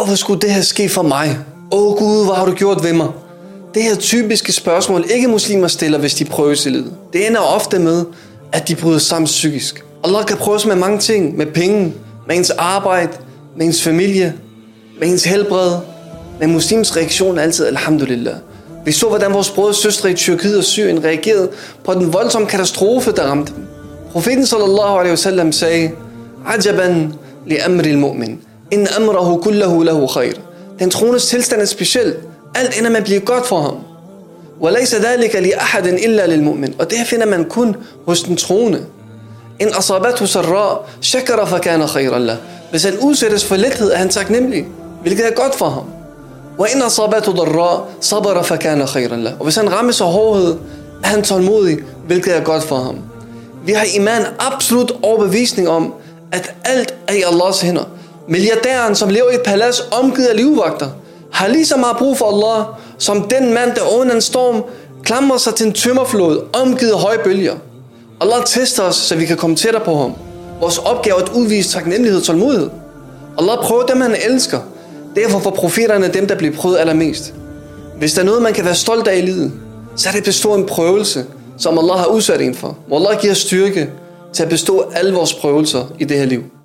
hvorfor skulle det her ske for mig? Gud, hvad har du gjort ved mig? Det her typiske spørgsmål, ikke muslimer stiller, hvis de prøves i livet. Det ender ofte med, at de bryder sammen psykisk. Allah kan prøves med mange ting. Med penge, med ens arbejde, med ens familie, med ens helbred. Men muslims reaktion er altid alhamdulillah. Vi så, hvordan vores brødre og søstre i Tyrkiet og Syrien reagerede på den voldsomme katastrofe, der ramte dem. Profeten sallallahu alaihi wasallam sagde, Ajaban li amri al-mu'min, in amrahu kullahu lahu khair. Den troendes tilstand er speciel. Alt ender med at blive godt for ham. وَلَيْسَ ذَلِكَ لِأَحَدٍ إِلَّا لِلْمُؤْمِنِ. Og det finder man kun hos den troende. إِنْ أَصَابَتْهُ سَرَّاء شَكَرَ فَكَانَ خَيْرًا لَهُ. Hvis han udsættes for lethed, er han taknemmelig, hvilket er godt for ham. وَإِنْ أَصَابَتْهُ ضَرَّاء صَبَرَ فَكَانَ خَيْرًا لَهُ. Og hvis han rammes af hårdhed, er han tålmodig, hvilket er godt for ham. Vi har iman absolut overbevisning om, at alt er i Allahs hænder. Milliardæren, som lever i et palads omgivet af livvagter, har lige så meget brug for Allah, som den mand, der under en storm klamrer sig til en tømmerflod, omgivet af høje bølger. Allah tester os, så vi kan komme tættere på ham. Vores opgave er at udvise taknemmelighed og tålmodighed. Allah prøver dem, han elsker. Derfor får profeterne dem, der bliver prøvet allermest. Hvis der er noget, man kan være stolt af i livet, så er det at bestå en prøvelse, som Allah har udsat en for. Hvor Allah giver styrke til at bestå alle vores prøvelser i det her liv.